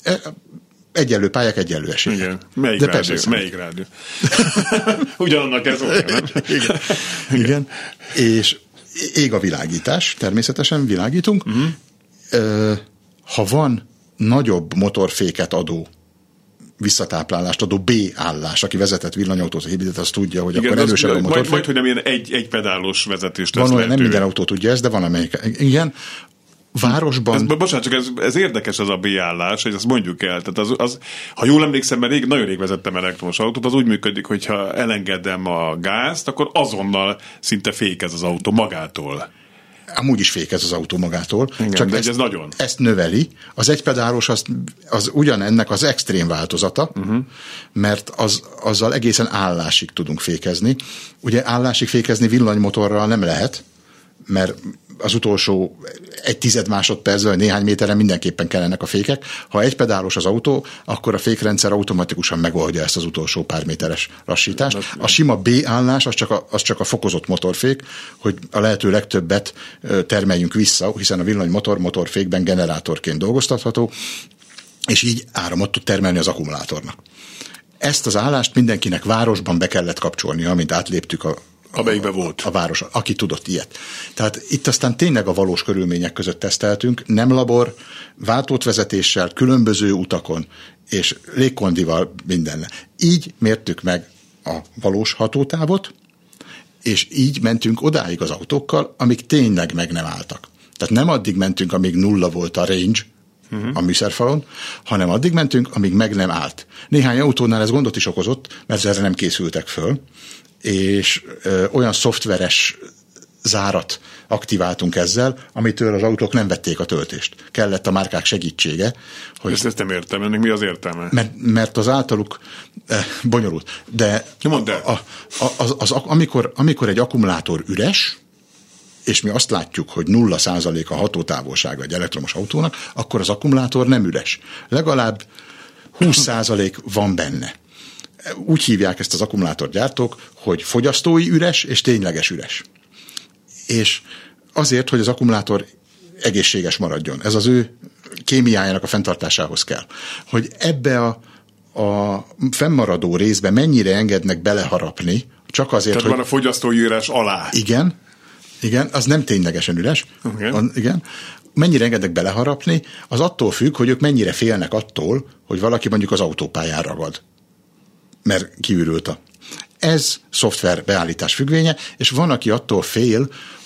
Egyenlő pályák, egyenlő esélyek. Igen. Melyik De rádió? Persze, Melyik rádió? Ugyanannak ez olyan, nem? Igen. Igen. És ég a világítás, természetesen világítunk. Uh-huh. Ha van nagyobb motorféket adó, visszatáplálást adó B-állás, aki vezetett villanyautót, a hibridet, az tudja, hogy Igen, akkor erősebb a motorfék. Majd, majd, hogy nem ilyen egy, egy pedálos vezetést tesz Van olyan, lehetővé. nem minden autó tudja ezt, de van amelyik. Igen. Városban... Ez, bocsánat, csak ez, ez érdekes ez a B-állás, hogy azt mondjuk el. Tehát az, az, ha jól emlékszem, mert rég, nagyon rég vezettem elektromos autót, az úgy működik, hogy ha elengedem a gázt, akkor azonnal szinte fékez az autó magától. Amúgy is fékez az autó magától. Igen, csak de ezt, ez nagyon. Ezt növeli. Az egypedálos az, az ugyanennek az extrém változata, uh-huh. mert az, azzal egészen állásig tudunk fékezni. Ugye állásig fékezni villanymotorral nem lehet, mert az utolsó egy tized másodpercben, vagy néhány méteren mindenképpen kellenek a fékek. Ha egypedálos az autó, akkor a fékrendszer automatikusan megoldja ezt az utolsó pár méteres lassítást. A sima B-állás az csak a, az csak a fokozott motorfék, hogy a lehető legtöbbet termeljünk vissza, hiszen a villanymotor motorfékben generátorként dolgoztatható, és így áramot tud termelni az akkumulátornak. Ezt az állást mindenkinek városban be kellett kapcsolnia, amint átléptük a amelyikbe volt. A város, aki tudott ilyet. Tehát itt aztán tényleg a valós körülmények között teszteltünk, nem labor, váltótvezetéssel, különböző utakon, és légkondival mindenne. Így mértük meg a valós hatótávot, és így mentünk odáig az autókkal, amik tényleg meg nem álltak. Tehát nem addig mentünk, amíg nulla volt a range, uh-huh. a műszerfalon, hanem addig mentünk, amíg meg nem állt. Néhány autónál ez gondot is okozott, mert erre nem készültek föl, és ö, olyan szoftveres zárat aktiváltunk ezzel, amitől az autók nem vették a töltést. Kellett a márkák segítsége. Hogy ezt, ezt nem értem, ennek mi az értelme? Mert, mert az általuk eh, bonyolult. De Mondd el. A, a, az, az, amikor, amikor egy akkumulátor üres, és mi azt látjuk, hogy nulla százalék a hatótávolsága egy elektromos autónak, akkor az akkumulátor nem üres. Legalább húsz százalék van benne. Úgy hívják ezt az akkumulátorgyártók, hogy fogyasztói üres és tényleges üres. És azért, hogy az akkumulátor egészséges maradjon. Ez az ő kémiájának a fenntartásához kell. Hogy ebbe a, a fennmaradó részbe mennyire engednek beleharapni, csak azért, Tehát hogy... van a fogyasztói üres alá. Igen, igen, az nem ténylegesen üres. Okay. Van, igen. Mennyire engednek beleharapni, az attól függ, hogy ők mennyire félnek attól, hogy valaki mondjuk az autópályán ragad. Mert kiürült a... Ez szoftver beállítás függvénye, és van, aki attól fél,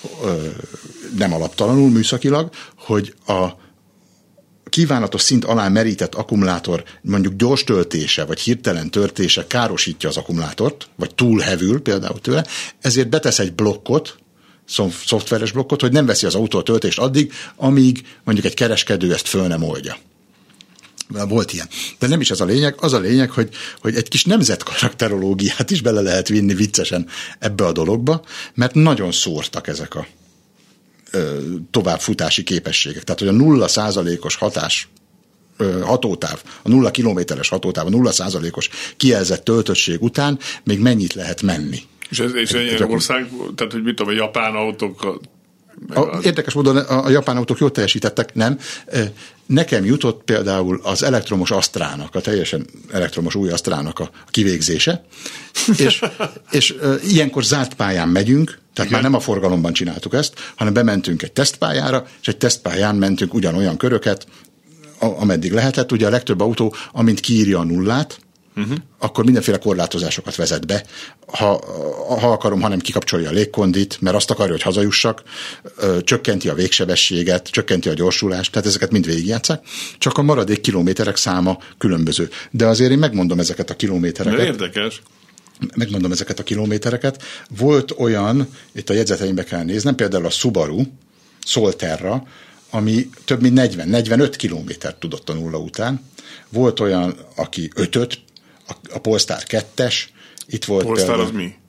nem alaptalanul műszakilag, hogy a kívánatos szint alá merített akkumulátor mondjuk gyors töltése, vagy hirtelen töltése károsítja az akkumulátort, vagy túlhevül például tőle, ezért betesz egy blokkot, szoftveres blokkot, hogy nem veszi az autó a töltést addig, amíg mondjuk egy kereskedő ezt föl nem oldja. Volt ilyen. De nem is ez a lényeg, az a lényeg, hogy, hogy egy kis nemzetkarakterológiát is bele lehet vinni viccesen ebbe a dologba, mert nagyon szórtak ezek a ö, továbbfutási képességek. Tehát, hogy a nulla százalékos hatás, ö, hatótáv, a nulla kilométeres hatótáv, a nulla százalékos kijelzett töltöttség után még mennyit lehet menni. És ez és egy, egy ország, tehát, hogy mit tudom, a japán autók... A, érdekes módon a, a japán autók jól teljesítettek, nem. Nekem jutott például az elektromos Astrának, a teljesen elektromos új Astrának a kivégzése, és, és e, ilyenkor zárt pályán megyünk, tehát Igen. már nem a forgalomban csináltuk ezt, hanem bementünk egy tesztpályára, és egy tesztpályán mentünk ugyanolyan köröket, ameddig lehetett. Ugye a legtöbb autó, amint kiírja a nullát, Uh-huh. akkor mindenféle korlátozásokat vezet be. Ha, ha akarom, hanem kikapcsolja a légkondit, mert azt akarja, hogy hazajussak, ö, csökkenti a végsebességet, csökkenti a gyorsulást, tehát ezeket mind végigjátsszák. Csak a maradék kilométerek száma különböző. De azért én megmondom ezeket a kilométereket. De érdekes. Megmondom ezeket a kilométereket. Volt olyan, itt a jegyzeteimbe kell néznem, például a Subaru Solterra, ami több mint negyven-negyvenöt kilométert tudott a nulla után. Volt olyan, aki ötöt, a Polestar kettes, itt volt Polestar például, az mi?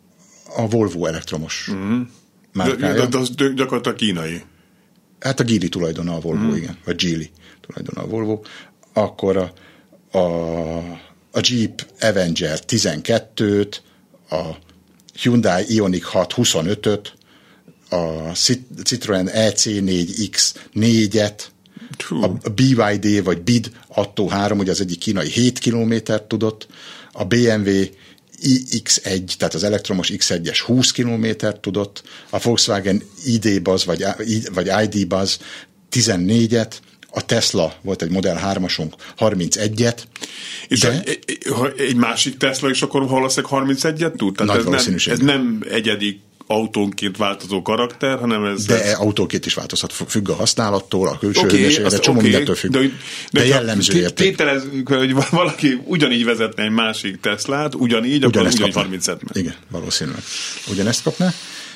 A Volvo elektromos uh-huh. márkája. De, de, de az gyakorlatilag kínai. Hát a Geely tulajdona a Volvo, uh-huh. igen. Vagy Geely tulajdona a Volvo. Akkor a, a, a Jeep Avenger tizenkettőt, a Hyundai Ioniq hat huszonötöt, a Citroen E C négy X négyet, a B Y D vagy B I D Atto három, ugye az egyik kínai hét kilométert tudott, a bé em vé i X egy, tehát az elektromos X egyes húsz kilométert tudott, a Volkswagen i dé Buzz vagy, vagy i dé Buzz tizennégyet, a Tesla volt egy Model hármasunk harmincegyet. És de, egy, egy másik Tesla is akkor valószínűleg harmincegyet tud? Tehát nagy ez valószínűség. Nem, ez nem egyedi autónként változó karakter, hanem ez... De ez... autóként is változhat, függ a használattól, a külső okay, hőmérséklet, egy csomó okay, mindentől függ. De, de, de jellemző érték. Tételezzük, hogy valaki ugyanígy vezetne egy másik Teslát, ugyanígy, akkor ugyanígy harmincet. Igen, valószínűleg. Ugyanezt kapná.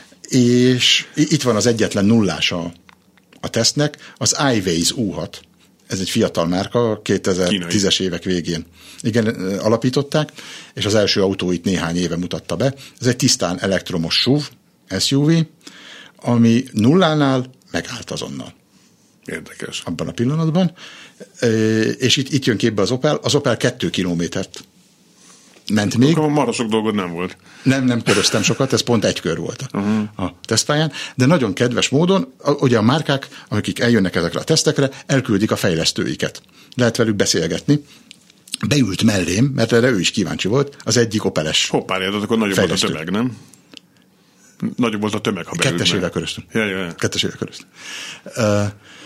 És itt van az egyetlen nullás a, a tesztnek, az iWays U hat. Ez egy fiatal márka, kétezer-tízes évek végén. Igen, alapították, és az első autóit néhány éve mutatta be. Ez egy tisztán elektromos es u vé, es u vé, ami nullánál megállt azonnal. Érdekes. Abban a pillanatban. És itt, itt jön képbe az Opel. Az Opel kettő kilométert ment még. Akkor marha sok dolgod nem volt. Nem, nem köröztem sokat, ez pont egy kör volt a, uh-huh. a tesztpályán, de nagyon kedves módon, ugye a márkák, akik eljönnek ezekre a tesztekre, elküldik a fejlesztőiket. Lehet velük beszélgetni. Beült mellém, mert erre ő is kíváncsi volt, az egyik Opeles. Hoppá, érted, akkor nagyobb fejlesztő. Volt a tömeg, nem? Nagyobb volt a tömeg, ha beült. Kettesével köröztünk. Ja, ja, ja. Kettesével köröztünk. Uh,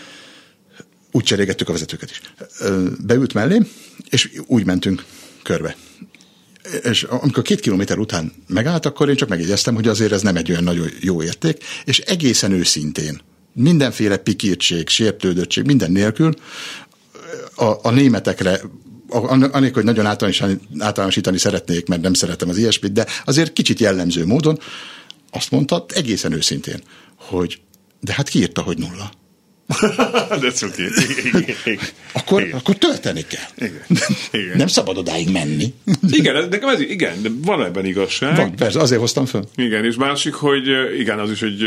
úgy cserégettük a vezetőket is. Uh, beült mellém, és úgy mentünk körbe. És amikor két kilométer után megállt, akkor én csak megjegyeztem, hogy azért ez nem egy olyan nagyon jó érték, és egészen őszintén, mindenféle pikírtség, sértődöttség, minden nélkül a, a németekre, annélkül, hogy nagyon általánosítani, általánosítani szeretnék, mert nem szeretem az ilyesmit, de azért kicsit jellemző módon azt mondta egészen őszintén, hogy de hát kiírta, hogy nulla. That's okay. akkor, akkor tölteni kell. Igen. Igen. Nem szabad odáig menni. Igen, nekem ez, igen, de van ebben igazság. Van, persze, azért hoztam föl. Igen, és másik, hogy igen, az is, hogy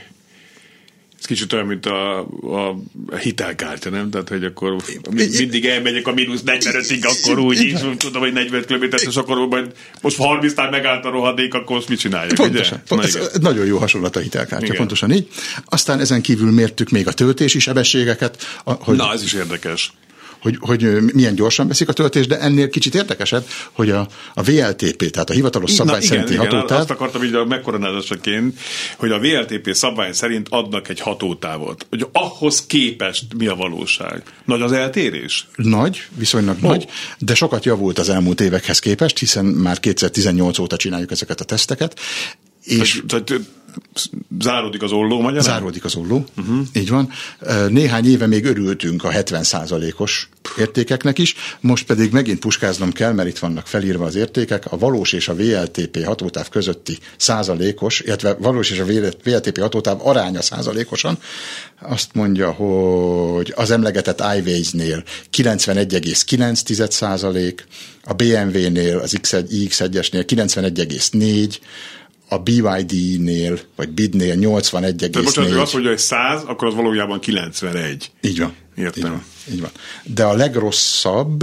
ez kicsit olyan, mint a, a hitelkártya, nem? Tehát, hogy akkor mindig elmegyek a mínusz negyvenötig, akkor úgy is, tudom, hogy negyven kilométert, és akkor majd most harmincnál megállt a rohadék, akkor most mit csináljak? Pontosan. Pont, ez nagyon jó hasonlat a hitelkártya, igen. Pontosan így. Aztán ezen kívül mértük még a töltési sebességeket. Hogy, na, ez is érdekes. Hogy, hogy milyen gyorsan veszik a töltést, de ennél kicsit érdekesebb, hogy a, a vé el té pé, tehát a hivatalos szabvány Na, szerinti igen, hatótáv. Igen, azt akartam így a megkoronázásaként, hogy a vé el té pé szabvány szerint adnak egy hatótávot. Hogy ahhoz képest mi a valóság? Nagy az eltérés? Nagy, viszonylag oh. nagy, de sokat javult az elmúlt évekhez képest, hiszen már kétezer-tizennyolc óta csináljuk ezeket a teszteket. És tehát, záródik az olló, magyarán? Záródik az olló, uh-huh. Így van. Néhány éve még örültünk a hetven százalékos értékeknek is, most pedig megint puskáznom kell, mert itt vannak felírva az értékek, a valós és a vé el té pé hatótáv közötti százalékos, illetve valós és a vé el té pé hatótáv aránya százalékosan. Azt mondja, hogy az emlegetett iWays-nél kilencvenegy egész kilenc százalék, a bé em vé-nél, az i iksz egyesnél kilencvenegy egész négy, a bé y dé-nél, vagy bé i dé-nél nyolcvanegy egész négy. Tehát most, azt mondja, hogy száz, akkor az valójában kilencvenegy. Így van. Értem. Így van. Így van. De a legrosszabb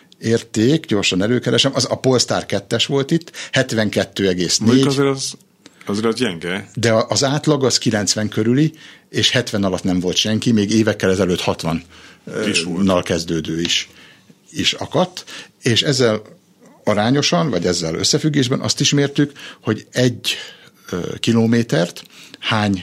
érték, gyorsan előkeresem, az a Polestar kettes volt itt, hetvenkettő egész négy. Mondjuk azért az, azért az gyenge. De az átlag az kilencven körüli, és hetven alatt nem volt senki, még évekkel ezelőtt hatvannal kezdődő is, is akadt, és ezzel arányosan, vagy ezzel összefüggésben azt is mértük, hogy egy ö, kilométert hány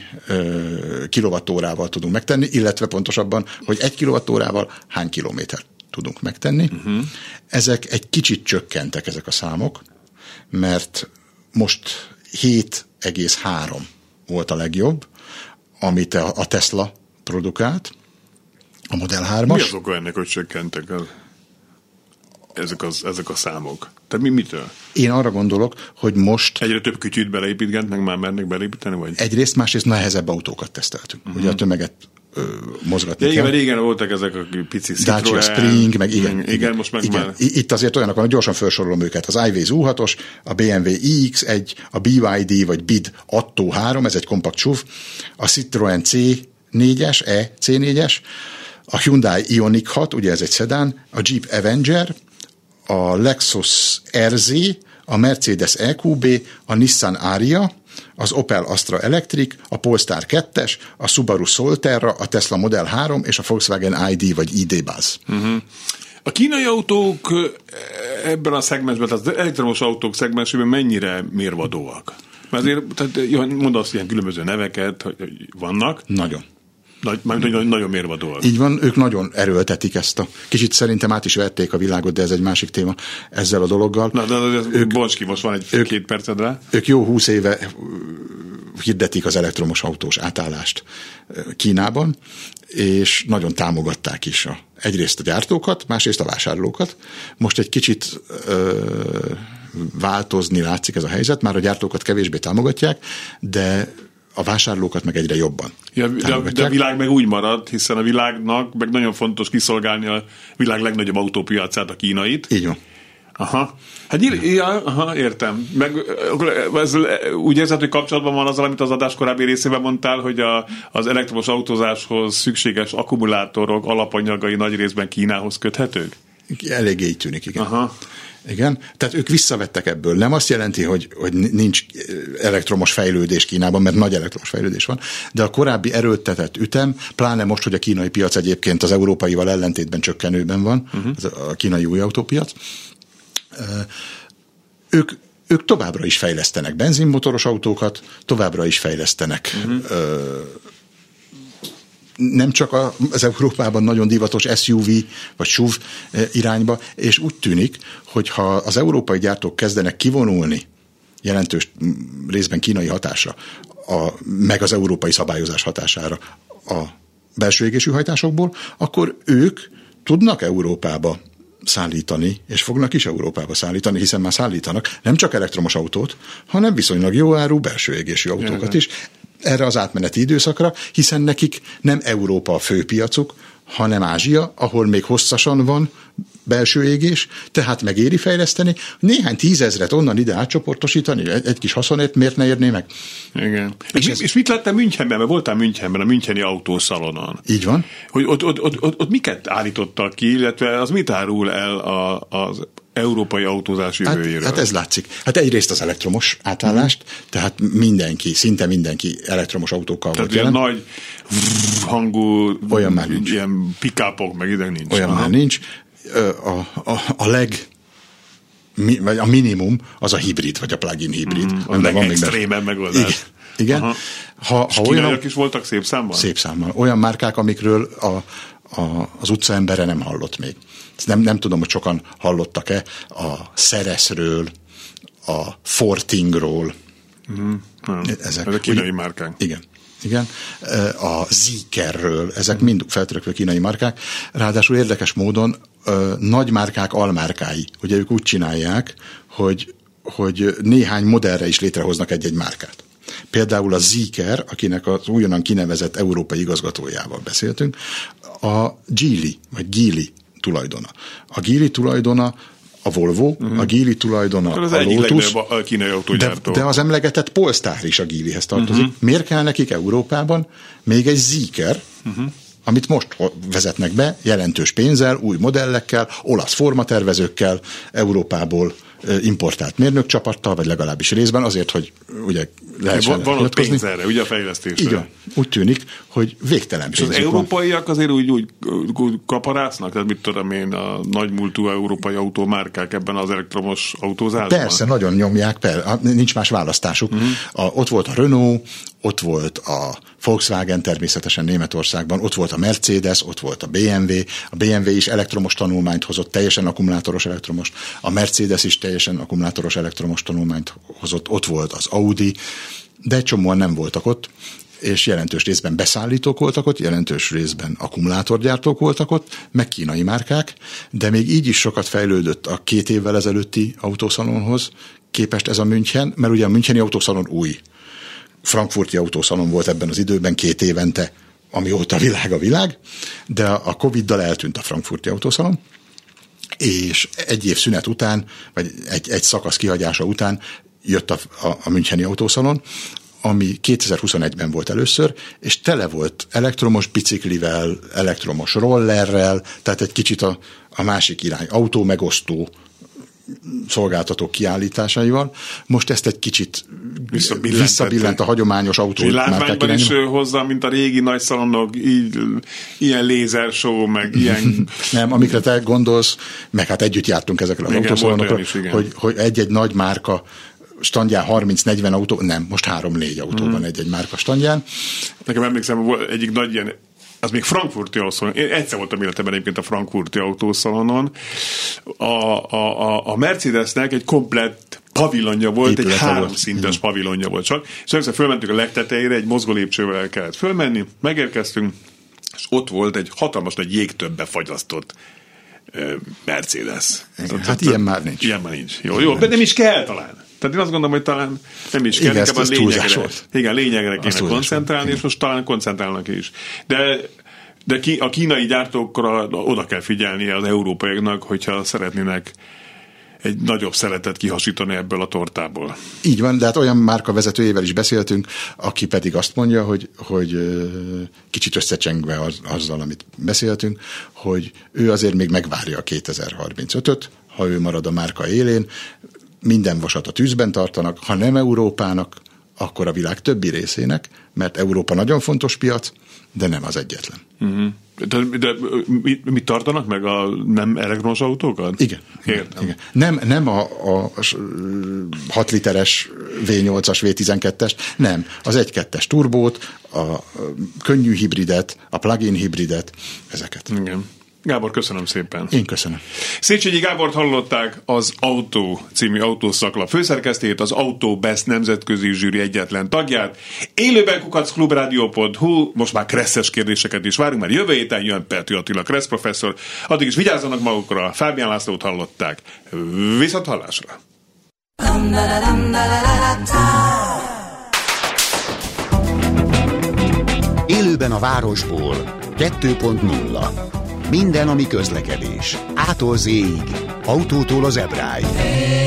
ö, kilowattórával tudunk megtenni, illetve pontosabban, hogy egy kilowattórával hány kilométert tudunk megtenni. Uh-huh. Ezek egy kicsit csökkentek, ezek a számok, mert most hét egész három volt a legjobb, amit a Tesla produkált, a Model hármas. Mi az oka ennek, hogy csökkentek ezek, az, ezek a számok? Tehát mi mitől? Én arra gondolok, hogy most... Egyre több kütyűt beleépítgent, meg már mernek beleépíteni? Vagy? Egyrészt, másrészt nehezebb autókat teszteltünk. Uh-huh. Ugye a tömeget mozgatni de igen, kell. régen voltak ezek a pici Citroen. Dacia Spring, meg igen. Igen, igen most meg igen. már. Itt azért olyanok van, hogy gyorsan felsorolom őket. Az iWays U hatos, a bé em vé i iksz egy, a bé wá dé vagy bé i dé Atto három, ez egy kompakt es u vé, a Citroen cé négyes, E cé négyes, a Hyundai Ioniq hat, ugye ez egy szedán, a Jeep Avenger, a Lexus er zé, a Mercedes é kú bé, a Nissan Ariya, az Opel Astra Electric, a Polestar kettes, a Subaru Solterra, a Tesla Model három és a Volkswagen i dé vagy i dé Buzz. Uh-huh. A kínai autók ebben a szegmensben, tehát az elektromos autók szegmensében mennyire mérvadóak? Mert azért, tehát mondasz ilyen különböző neveket, hogy vannak. Nagyon. Nagy, nagyon, nagyon mérvadóak. Így van, ők nagyon erőltetik ezt a... Kicsit szerintem át is vették a világot, de ez egy másik téma ezzel a dologgal. Na, de, de, de ők, bonts ki, most van egy ők, két percedre. Ők jó húsz éve hirdetik az elektromos autós átállást Kínában, és nagyon támogatták is a, egyrészt a gyártókat, másrészt a vásárlókat. Most egy kicsit ö, változni látszik ez a helyzet, már a gyártókat kevésbé támogatják, de a vásárlókat meg egyre jobban. Ja, de, de a világ meg úgy marad, hiszen a világnak meg nagyon fontos kiszolgálni a világ legnagyobb autópiacát, a kínait. Így van. Aha. Hát ja, aha, értem. Meg, ez, úgy érzed, hogy kapcsolatban van azzal, amit az adás korábbi részében mondtál, hogy a, az elektromos autózáshoz szükséges akkumulátorok alapanyagai nagy részben Kínához köthetők? Eléggé így tűnik, igen. Aha. Igen, tehát ők visszavettek ebből. Nem azt jelenti, hogy, hogy nincs elektromos fejlődés Kínában, mert nagy elektromos fejlődés van, de a korábbi erőltetett ütem, pláne most, hogy a kínai piac egyébként az európaival ellentétben csökkenőben van, uh-huh. a kínai új autópiac, ők, ők továbbra is fejlesztenek benzinmotoros autókat, továbbra is fejlesztenek uh-huh. ö, nem csak az Európában nagyon divatos es u vé vagy es u vé irányba, és úgy tűnik, hogy ha az európai gyártók kezdenek kivonulni jelentős részben kínai hatásra, a, meg az európai szabályozás hatására a belső égésű hajtásokból, akkor ők tudnak Európába szállítani, és fognak is Európába szállítani, hiszen már szállítanak nem csak elektromos autót, hanem viszonylag jó áru belső égésű autókat is erre az átmeneti időszakra, hiszen nekik nem Európa a főpiacuk, hanem Ázsia, ahol még hosszasan van belső égés, tehát megéri fejleszteni. Néhány tízezret onnan ide átcsoportosítani, egy, egy kis haszonért miért ne érné meg? Igen. És, és, és mit láttam Münchenben, mert voltál Münchenben, a müncheni autószalonon. Így van. Hogy ott, ott, ott, ott, ott miket állítottak ki, illetve az mit árul el a, az európai autózás jövőjéről? Hát, hát ez látszik. Hát egyrészt az elektromos átállást, mm. tehát mindenki, szinte mindenki elektromos autókkal tehát volt jelen. Nagy hangú, olyan már nincs. Ilyen pick-upok, meg ide nincs. Olyan Aha. már nincs. A, a, a leg mi, vagy a minimum az a hibrid, vagy a plug-in hibrid. Mm, a legextrémebb megoldás. Igen. Igen. Ha, ha olyan, is voltak szép számban? Szép számban. Olyan márkák, amikről a, a, az utcaembere nem hallott még. Nem, nem tudom, hogy sokan hallottak-e a Ceresről, a Fortingról. Mm, Ezek a kínai márkák. Igen. Igen, a Zeekerről, ezek mind feltörekvő kínai márkák, ráadásul érdekes módon nagy márkák almárkái. Ugye ők úgy csinálják, hogy, hogy néhány modellre is létrehoznak egy-egy márkát. Például a Zeeker, akinek az újonnan kinevezett európai igazgatójával beszéltünk, a Geely, vagy Geely tulajdona. A Geely tulajdona a Volvo, uh-huh. a Geely tulajdona az a Lotus, a kínai autógyártó. De, de az emlegetett Polestar is a Geelyhez tartozik. Uh-huh. Miért kell nekik Európában még egy Zeeker, uh-huh. amit most vezetnek be, jelentős pénzzel, új modellekkel, olasz formatervezőkkel, Európából importált mérnökcsapattal, vagy legalábbis részben, azért, hogy ugye lehessen van ott pénz erre, ugye a fejlesztésre. Igen, úgy tűnik, hogy végtelen pénzük van. És az európaiak azért úgy, úgy, úgy kaparásznak, tehát mit tudom én, a nagymúltú európai autómárkák ebben az elektromos autózásban? Persze, nagyon nyomják, per, nincs más választásuk. Uh-huh. A, ott volt a Renault, ott volt a Volkswagen természetesen Németországban, ott volt a Mercedes, ott volt a bé em vé, a bé em vé is elektromos tanulmányt hozott, teljesen akkumulátoros elektromos, a Mercedes is teljesen akkumulátoros elektromos tanulmányt hozott, ott volt az Audi, de egy csomóan nem voltak ott, és jelentős részben beszállítók voltak ott, jelentős részben akkumulátorgyártók voltak ott, meg kínai márkák, de még így is sokat fejlődött a két évvel ezelőtti autószalonhoz képest ez a München, mert ugye a müncheni autószalon új. Frankfurti autószalon volt ebben az időben két évente amióta a világ a világ, de a Coviddal eltűnt a frankfurti autószalon, és egy év szünet után, vagy egy, egy szakasz kihagyása után jött a, a, a müncheni autószalon, ami kétezer-huszonegyben volt először, és tele volt elektromos biciklivel, elektromos rollerrel, tehát egy kicsit a, a másik irány, autó megosztó szolgáltatók kiállításaival. Most ezt egy kicsit visszabillent a hagyományos autó. Látványban is hozzá, mint a régi nagy szalonok, így, ilyen lézershow, meg ilyen... Nem, amikre te gondolsz, meg hát együtt jártunk ezekre az autószalonokra, hogy, hogy egy-egy nagy márka standján harminc-negyven autó, nem, most három-négy autó mm. van egy-egy márka standján. Nekem emlékszem, volt egyik nagy ilyen, az még frankfurti autószalonon, én egyszer voltam életemben egyébként a frankfurti autószalonon, a, a, a Mercedesnek egy komplett pavilonja volt, épülete egy háromszintes pavilonja volt csak, és egyszer fölmentünk a legtetejére, egy mozgó lépcsővel kellett fölmenni, megérkeztünk, és ott volt egy hatalmas nagy jégtömbbe fagyasztott Mercedes. Igen, hát ilyen már nincs. Ilyen már nincs. Jó, jó, de nem is kell talán. Tehát én azt gondolom, hogy talán nem is kell, igen, inkább a lényegre, igen, lényegre kéne koncentrálni, és most talán koncentrálnak is. De, de ki, a kínai gyártókra oda kell figyelnie az európaiaknak, hogyha szeretnének egy nagyobb szeretet kihasítani ebből a tortából. Így van, de hát olyan márka vezetőjével is beszéltünk, aki pedig azt mondja, hogy, hogy kicsit összecsengve az, azzal, amit beszéltünk, hogy ő azért még megvárja a kétezer-harmincötöt, ha ő marad a márka élén, minden vasat a tűzben tartanak, ha nem Európának, akkor a világ többi részének, mert Európa nagyon fontos piac, de nem az egyetlen. Uh-huh. De, de mit, mit tartanak meg a nem elektromos autókat? Igen. Értem. Igen. Nem, nem a, a hat literes vé nyolcas, vé tizenkettes, nem. Az egy kettes turbót, a könnyű hibridet, a plug-in hibridet, ezeket. Igen. Gábor, köszönöm szépen. Én köszönöm. Széchenyi Gábort hallották, az Autó című autószaklap főszerkesztőjét, az Autobest nemzetközi zsűri egyetlen tagját. Élőben kukac klubrádió pont hu, most már kresszes kérdéseket is várunk, mert jövő héten jön Pertű Attila Kressz professzor. Addig is vigyázzanak magukra, Fábián Lászlót hallották. Viszont hallásra. Élőben a városból kettő pont nulla. Minden, ami közlekedés. Ától zéig, autótól az Ebráig.